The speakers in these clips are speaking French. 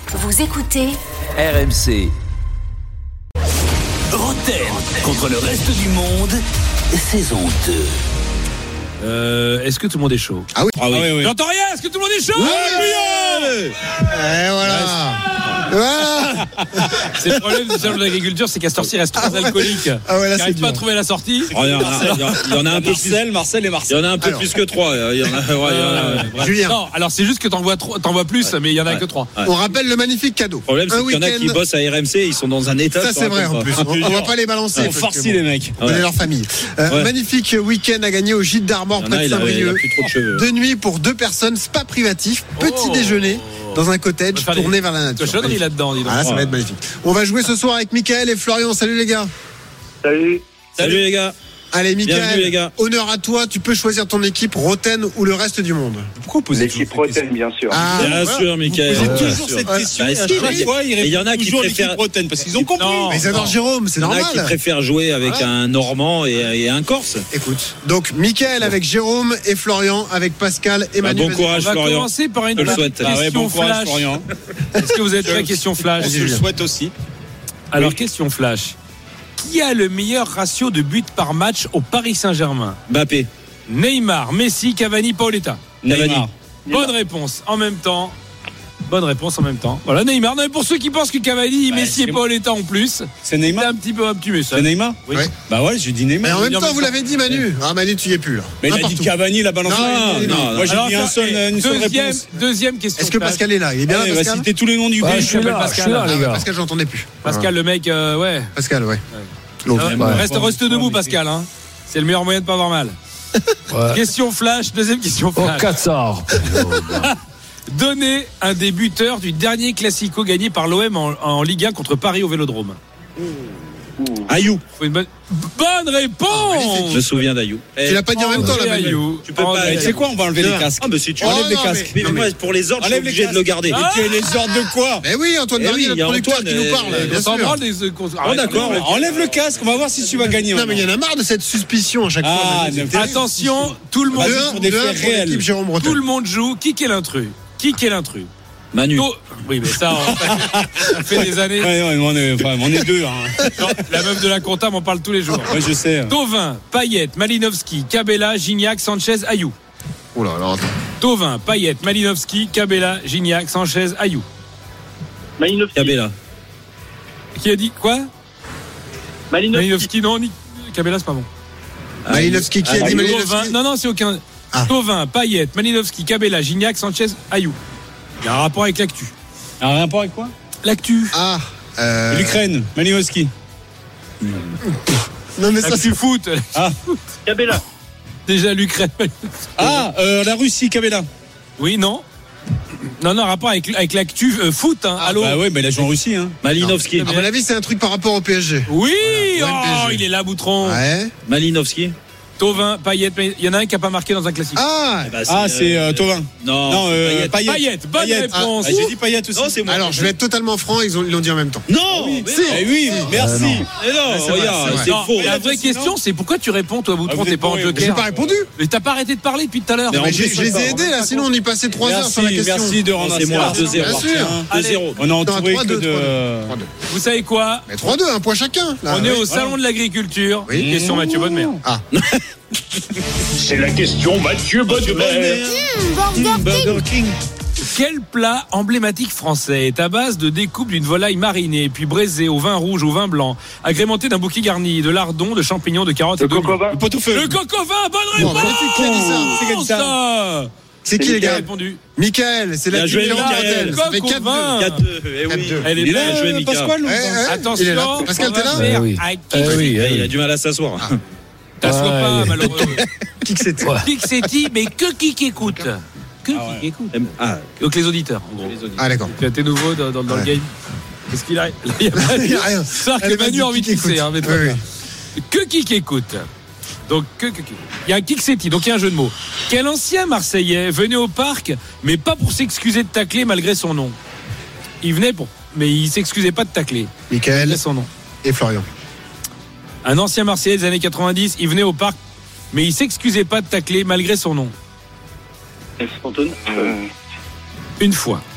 Vous écoutez RMC. Roten contre le reste du monde, saison 2. Est-ce que tout le monde est chaud? Ah oui. Oui. J'entends rien. Est-ce que tout le monde est chaud? Et voilà. C'est le problème du salon de l'agriculture, c'est qu'à cette heure-ci, il reste 3 alcooliques. Ah ouais, là, qui c'est n'arrivent pas à dur. trouver la sortie. Il y en a un peu plus. Marcel et Marcel. Il y en a un peu plus que 3. Il y en a. Julien. Non, alors c'est juste que t'en vois plus, mais il y en a que 3. On rappelle le magnifique cadeau. Le problème, c'est qu'il y en a qui bossent à RMC, ils sont dans un état. Ça, c'est vrai en plus. On va pas les balancer. On farcit les mecs. On est leur famille. Magnifique week-end à gagner au Gîte d'Armor près de Il a Saint-Brieuc. plus trop de cheveux. 2 nuits pour 2 personnes, spa privatif, petit déjeuner dans un cottage tourné vers la nature. Cochonnerie là-dedans, dis donc. Ah, ça va être magnifique. On va jouer ce soir avec Mickaël et Florian. Salut les gars. Salut. Salut les gars. Allez Bienvenue, les Mickaël, gars. honneur à toi. Tu peux choisir ton équipe, Roten ou le reste du monde. Pourquoi poser L'équipe Roten, bien sûr. Ah, Bien voilà. sûr, Mickaël. Vous posez Bien toujours sûr. cette question. Bah, Et à chaque fois, il y en a qui préfèrent Roten parce qu'ils ont compris. Non. Mais ils adorent Jérôme, c'est Il y en normal. a qui préfèrent jouer avec un Normand et un Corse. Écoute, donc Mickaël avec Jérôme et Florian avec Pascal et Manu. Bon Vas-y. courage, On va Florian. commencer par une Je le souhaite. question Bon courage, flash. Florian. Est-ce que vous êtes prêts? Question flash. Je le souhaite aussi. Alors, question flash. Qui a le meilleur ratio de buts par match au Paris Saint-Germain? Mbappé. Neymar, Messi, Cavani, Paoletta. Neymar. Bonne réponse en même temps. Voilà, Neymar. Non, mais pour ceux qui pensent que Cavani, Messi et Paoletta en plus, C'est c'est Neymar. un petit peu un petit message. C'est Neymar. Oui. Ouais. Bah ouais, j'ai dit Mais Neymar. en même en temps, même vous temps. l'avez dit Manu. Ah Manu, tu y es plus là. Mais il a N'importe dit où. Cavani, la balance. Non. Moi j'ai Alors, dit une seule réponse. deuxième question. Est-ce que flash. Pascal est là? Il est bien Allez, là, va Pascal. citer tous les noms du Ouais, pays. je suis là, Pascal, Pascal, j'entendais plus. Pascal, le mec, ouais. Pascal, ouais. L'autre. Reste debout, Pascal. Hein. C'est le meilleur moyen de pas avoir mal. Question flash, deuxième question flash. Donnez un des buteurs du dernier Classico gagné par l'OM en Ligue 1 contre Paris au Vélodrome. Ayou. Faut une bonne réponse. Je me souviens d'Ayou. Tu l'as pas dit en même temps, là, Manu. Ayou. Tu peux pas. André Tu sais quoi, on va enlever les casques. Ah, mais si tu Oh, enlèves les non, casques. mais- Mais moi, pour les ordres, je suis Enlève les obligé de le casques. garder. Et les ordres de quoi? Eh oui, Antoine Eh Vernier, oui, il y notre a producteur Antoine, qui nous parle. Bien On s'en sûr. branle des d'accord. Enlève le casque, on va voir si tu vas gagner. Non, mais il y en a marre de cette suspicion à chaque fois. Ah, Manu. ne- C'est terrible. Attention, tout le monde, Vas-y, sur des faits pour réels. l'équipe Jérôme Roten. tout le monde joue. Qui est l'intrus? Manu. Oui, mais ça fait des années. Ouais, on est deux. Hein. Non, la meuf de la compta m'en parle tous les jours. Ouais, je sais. Thauvin, Payet, Malinowski, Cabella, Gignac, Sanchez, Ayou. Oula, alors attends. Thauvin, Payet, Malinowski, Cabella, Gignac, Sanchez, Ayou. Malinowski. Cabella. Qui a dit quoi? Malinowski, non, Cabella, c'est pas bon. Malinowski, qui a dit Thauvin, Malinowski? non, c'est aucun. Ah. Thauvin, Payet, Malinowski, Cabella, Gignac, Sanchez, Ayou. Il y a un rapport avec l'actu. Un rapport avec quoi? L'actu. Ah. L'Ukraine, Malinowski. Non, mais ça, L'actu foot. Cabella. Déjà l'Ukraine. Ah, la Russie, Cabella. Oui, non. Non, rapport avec l'actu foot. Hein. Allô. Bah ouais, mais il a joué en Russie. Hein. Malinowski. à mon avis, c'est un truc par rapport au PSG. Oui. Voilà, Oh, PSG. il est là, Boutron. Ouais. Malinowski. Thauvin, Payet. Il y en a un qui a pas marqué dans un classique. Ah. C'est Thauvin. Non, Payet. Payet. Bonne réponse. Ah, j'ai dit Payet aussi. Non, c'est moi. Alors, je vais être totalement franc, ils l'ont dit en même temps. Non, mais Si. non. Eh oui, merci. Mais non, c'est vrai, regarde, c'est vrai. c'est Non, faux. la vraie question, c'est pourquoi tu réponds, toi, Boutron, Ah, vous t'es êtes pas en bon, joker. J'ai pas répondu. Mais t'as pas arrêté de parler depuis tout à l'heure. Mais en Mais plus, je les ai aidés là, sinon on y passait 3 heures sur la question. Merci de rendre C'est moi, 2-0. Bien sûr. 2-0. On a entouré Non, que 3-2, de. 3-2. Vous savez quoi? Mais 3-2, un point chacun. Là, On est ouais. au salon de l'agriculture. Oui. Question Mathieu Bonnemer. Ah. C'est la question Mathieu Bonnemer. Burger King. Quel plat emblématique français est à base de découpe d'une volaille marinée, puis braisée au vin rouge, au vin blanc, agrémenté d'un bouquet garni de lardons, de champignons, de carottes et Le d'oignons? coco vin. Le pot-au-feu. Le coq au vin, bonne Bon, réponse. magnifique, qui a dit ça C'est qui a dit ça C'est qui les Qui a gars? répondu? Mickaël, c'est la Bien joué, team Jérôme Mickaël. Roten. Ça fait Coq au 4-2. vin. 4-2. Eh oui. 4-2. Elle est Il est belle. là, joué, Mika. Pasquale ou Ouais, pas ouais. Il est là. Attention, Pascal, on t'es va là? faire oui. un Il a du mal à s'asseoir. T'assois pas, malheureux. Qui que c'était? Qui que c'est-il, mais que qui écoute? Que qui écoute? Ah, Donc les auditeurs, en gros. Ah, d'accord. T'es nouveau dans le Ouais. game. Qu'est-ce qu'il a? Il y a Il y a rien. Ça, Allez, que Manu vas-y, a envie de qui pisser, écoute. hein, mais Oui, oui. Que qui écoute? Donc, il y a un Kiksetti, donc il y a un jeu de mots. Quel ancien Marseillais venait au parc, mais pas pour s'excuser de tacler malgré son nom? Il venait mais il s'excusait pas de tacler. Mickaël Malgré son nom. et Florian. Un ancien Marseillais des années 90, il venait au parc, mais il s'excusait pas de tacler malgré son nom. Antoine. Une fois.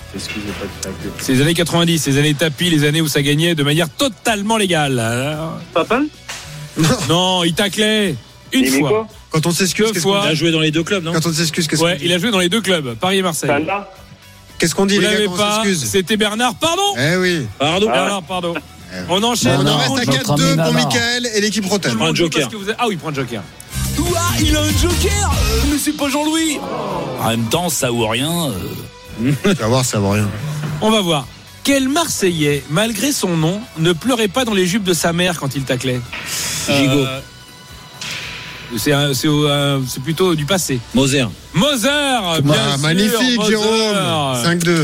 C'est les années 90, les années tapis, les années où ça gagnait de manière totalement légale. Alors... Papa Non, il taclait une Mais fois. quoi Quand on s'excuse, Deux qu'est-ce fois. qu'on Il a joué dans les deux clubs, non? Quand on s'excuse, qu'est-ce qu'on Ouais, dit il a joué dans les deux clubs, Paris et Marseille. Sanda Qu'est-ce qu'on dit, Vous les gars, l'avez quand on pas, s'excuse? c'était Bernard, pardon. Eh oui. Pardon. Bernard, pardon. On enchaîne. On Non, en reste à notre ami 4-2 pour Nana. Mickaël et l'équipe Rotten. prends un joker. Parce que vous avez- Ah oui, il prend un joker. Ouah, il a un joker mais c'est pas Jean-Louis. En même temps, ça ou rien. Tu vas voir, ça vaut rien. On va voir. Quel Marseillais, malgré son nom, ne pleurait pas dans les jupes de sa mère quand il taclait? Gigot. C'est plutôt du passé. Moser. Moser, bien sûr, Magnifique, Moser. Jérôme. 5-2.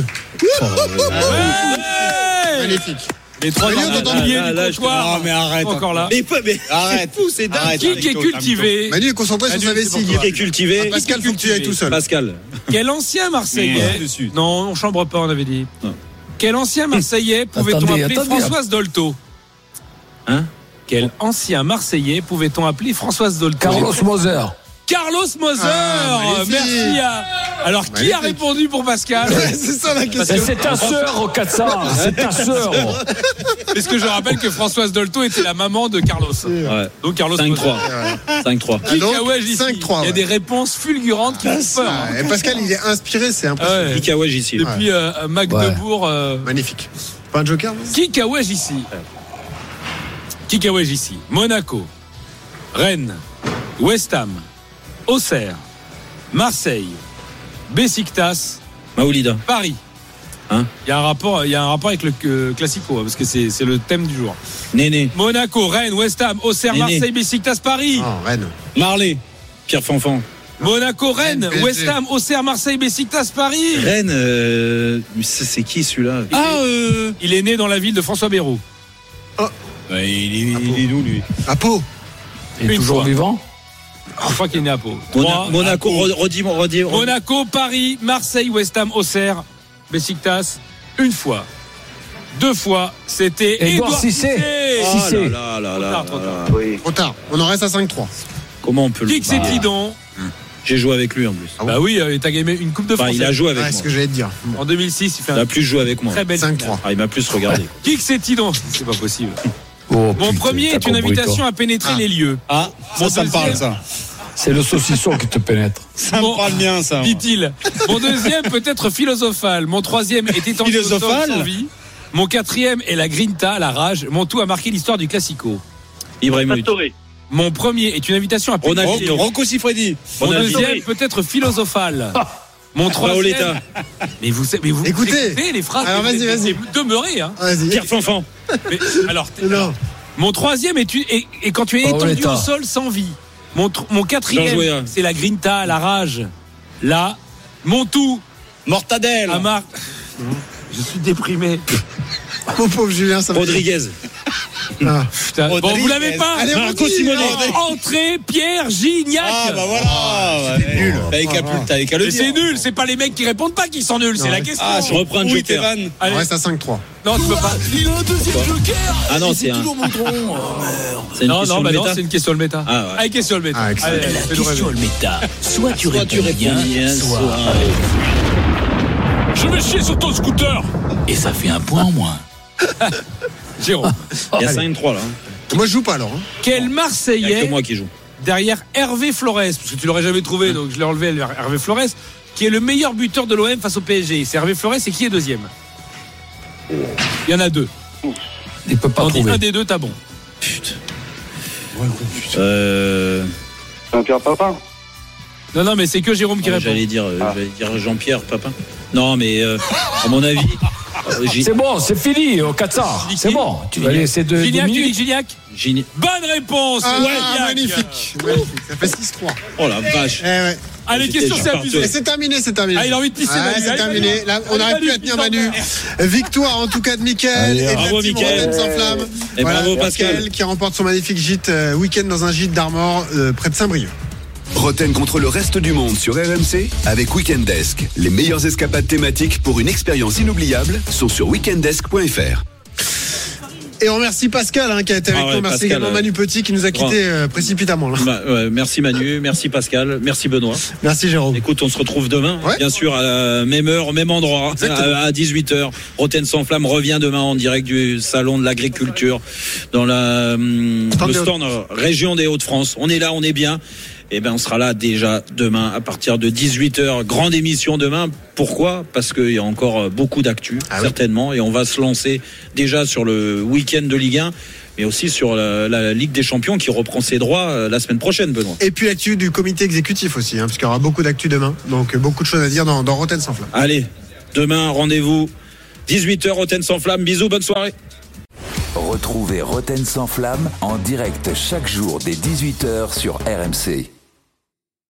Ouais. Magnifique. Les trois Allez, on derniers t'entend. piliers Là, du là, je comptoir. Non, mais arrête. Encore là. Mais Arrête. c'est fou, c'est dingue. Arrête. Qui est cultivé? Manu est concentré sur Manu, sa c'est pour vessie. toi. Qui est cultivé. Ah, Pascal, faut que tu ailles tout seul. Pascal. Quel ancien Marseillais? Dessus. Non, on chambre pas, on avait dit. Non. Quel ancien Marseillais pouvait-on Attendez, appeler attendez. Françoise Dolto? Hein? Quel ancien Marseillais pouvait-on appeler Françoise Dolto? Carlos Moser. Carlos Moser. Ah, magnifique. Merci. Alors, qui a Magnifique. répondu pour Pascal? Ouais, c'est ça la question. C'est ta sœur, Katsar. C'est ta sœur. Parce que je rappelle que Françoise Dolto était la maman de Carlos. Ouais. Donc Carlos 5-3. Moser. 5-3. Ah, donc, Kikawaj ici. 5-3, Il y a ouais. des réponses fulgurantes qui font peur. Ah, et Pascal, il est inspiré, c'est impressionnant. Ouais. Kikawaj ici. Depuis Magdebourg. Magnifique. Pas un joker, non? Kikawaj ici. Kikawaj ici. Monaco, Rennes, West Ham, Auxerre, Marseille, Besiktas, Maoulida. Paris. Hein? Il y a un rapport avec le Classico, parce que c'est le thème du jour. Néné. Monaco, Rennes, West Ham, Auxerre, Néné. Marseille, Besiktas, Paris. Non, Rennes. Marley. Pierre Fanfan. Monaco, Rennes, PSG. West Ham, Auxerre, Marseille, Besiktas, Paris. Rennes. Mais c'est qui celui-là? Il est né dans la ville de François Bayrou. Il est où, lui? À Pau. Il est Une toujours fois. vivant. Je crois qu'il est né à Pau. Trois. Monaco. Redis. Monaco, Paris, Marseille, West Ham, Auxerre, Besiktas, une fois. 2 fois, c'était Édouard Édouard Cissé. Oh Cissé. là là là Trop là tard, trop là tard. là. Oui. Trop tard. On en reste à 5-3. Comment on peut le Qui que c'est-il donc? J'ai joué avec lui en plus. Ah bon Bah oui, t'as gagné une Coupe de Enfin, France. il a joué avec Ouais, c'est moi. ce que j'allais te dire. En 2006, il fait Il un a plus joué avec moi. très belle 5-3. finale. Ah, il m'a plus regardé. Qui que c'est-il donc? C'est pas possible. Oh, Mon putain, premier t'as est une compris, invitation toi. à pénétrer les lieux. Ah, Mon ça me parle, deuxième. ça. C'est le saucisson qui te pénètre. Ça Bon. me parle bien, ça. moi. Dit-il. Mon deuxième peut être philosophal. Mon troisième est étendu au sol Philosophal sans vie. Mon quatrième est la grinta, la rage. Mon tout a marqué l'histoire du Classico. Ibrahimovic. Pastore. Mon premier est une invitation à pénétrer les lieux. Rocco Siffredi. Mon Ronaldinho. deuxième peut être philosophal. Mon troisième. Paoletta. Mais vous Écoutez. les phrases. Alors, vas-y, vas-y. Demeurez, hein. Vas-y. Pierre Fanfan. Mais, alors, Non. mon troisième est et quand tu es étendu Paoletta. au sol sans vie. Mon Jean quatrième, Jouéa. c'est la grinta, la rage. Là, mon tout, Mortadelle. Amar. Je suis déprimé. Mon pauvre Julien, ça va. Rodriguez. Ah. Putain. Bon, Rodriguez. vous l'avez pas. Allez, Marco Rodriguez. Simone. Entrée, Pierre Gignac. Ah, bah voilà. C'est nul. T'avais qu'à le Mais dire. c'est nul, c'est pas les mecs qui répondent pas qui sont nuls, c'est Non, la mais- question. Ah, Je reprends un Oui, joker. Thévan. On Allez. reste à 5-3. Non, tu peux pas. Il a un deuxième joker. Ah non, Et c'est un. toujours mon tronc. Oh, merde. C'est une Non, question non, de bah non, méta. c'est une question le méta. Ah, ouais. Allez, question le méta. Ah, excellent. Allez, La fais-nous question rêver. le méta. Soit tu réponds bien, soit. Je vais chier sur ton scooter. Et ça fait un point en moins. Jérôme. Il y a 5-3 là. Moi, je joue pas alors. Hein. Quel Il n'y a que Marseillais moi qui joue. derrière Hervé Flores, parce que tu l'aurais jamais trouvé, donc je l'ai enlevé Hervé Flores, qui est le meilleur buteur de l'OM face au PSG. C'est Hervé Flores et qui est deuxième? Il y en a deux. Il peut pas On dit trouver. un des deux, t'as bon. Jean-Pierre Papin. Non, non, mais c'est que Jérôme qui répond. J'allais dire Jean-Pierre Papin. Non, mais à mon avis. C'est bon, c'est fini au Qatar. C'est bon. Tu vas laisser deux Gignac, tu dis minutes. Gignac? Bonne réponse. Ah, Gignac. magnifique. Magnifique. Ça fait 6-3. Oh la vache. Eh ouais. Allez, J'étais question, c'est super abusé. Et c'est terminé, c'est terminé. Ah, il a envie de pisser, Ouais, Manu. c'est Allez, terminé. Manu. Là, on Allez, n'aurait plus Manu, à tenir putain, Manu. Victoire en tout cas de Mickaël Allez, et de la bravo, team Mickaël. Rotten sans flamme. Et bravo, Pascal. Mickaël qui remporte son magnifique gîte week-end dans un gîte d'Armor près de Saint-Brieuc. Roten contre le reste du monde sur RMC avec Weekend Desk. Les meilleures escapades thématiques pour une expérience inoubliable sont sur weekenddesk.fr. Et on remercie Pascal qui a été avec nous. Merci également Manu Petit qui nous a quittés précipitamment. Là. Merci Manu, merci Pascal, merci Benoît. Merci Jérôme. Écoute, on se retrouve demain, bien sûr, à la même heure, même endroit, à 18h. Rotten sans flamme revient demain en direct du salon de l'agriculture dans le stand région des Hauts-de-France. On est là, on est bien. Eh ben, on sera là déjà demain à partir de 18h. Grande émission demain. Pourquoi ? Parce qu'il y a encore beaucoup d'actu, certainement. Et on va se lancer déjà sur le week-end de Ligue 1, mais aussi sur la Ligue des Champions qui reprend ses droits la semaine prochaine, Benoît. Et puis l'actu du comité exécutif aussi, parce qu'il y aura beaucoup d'actu demain. Donc beaucoup de choses à dire dans Rotten sans flamme. Allez, demain, rendez-vous 18h, Rotten sans flamme. Bisous, bonne soirée. Retrouvez Rotten sans flamme en direct chaque jour dès 18h sur RMC.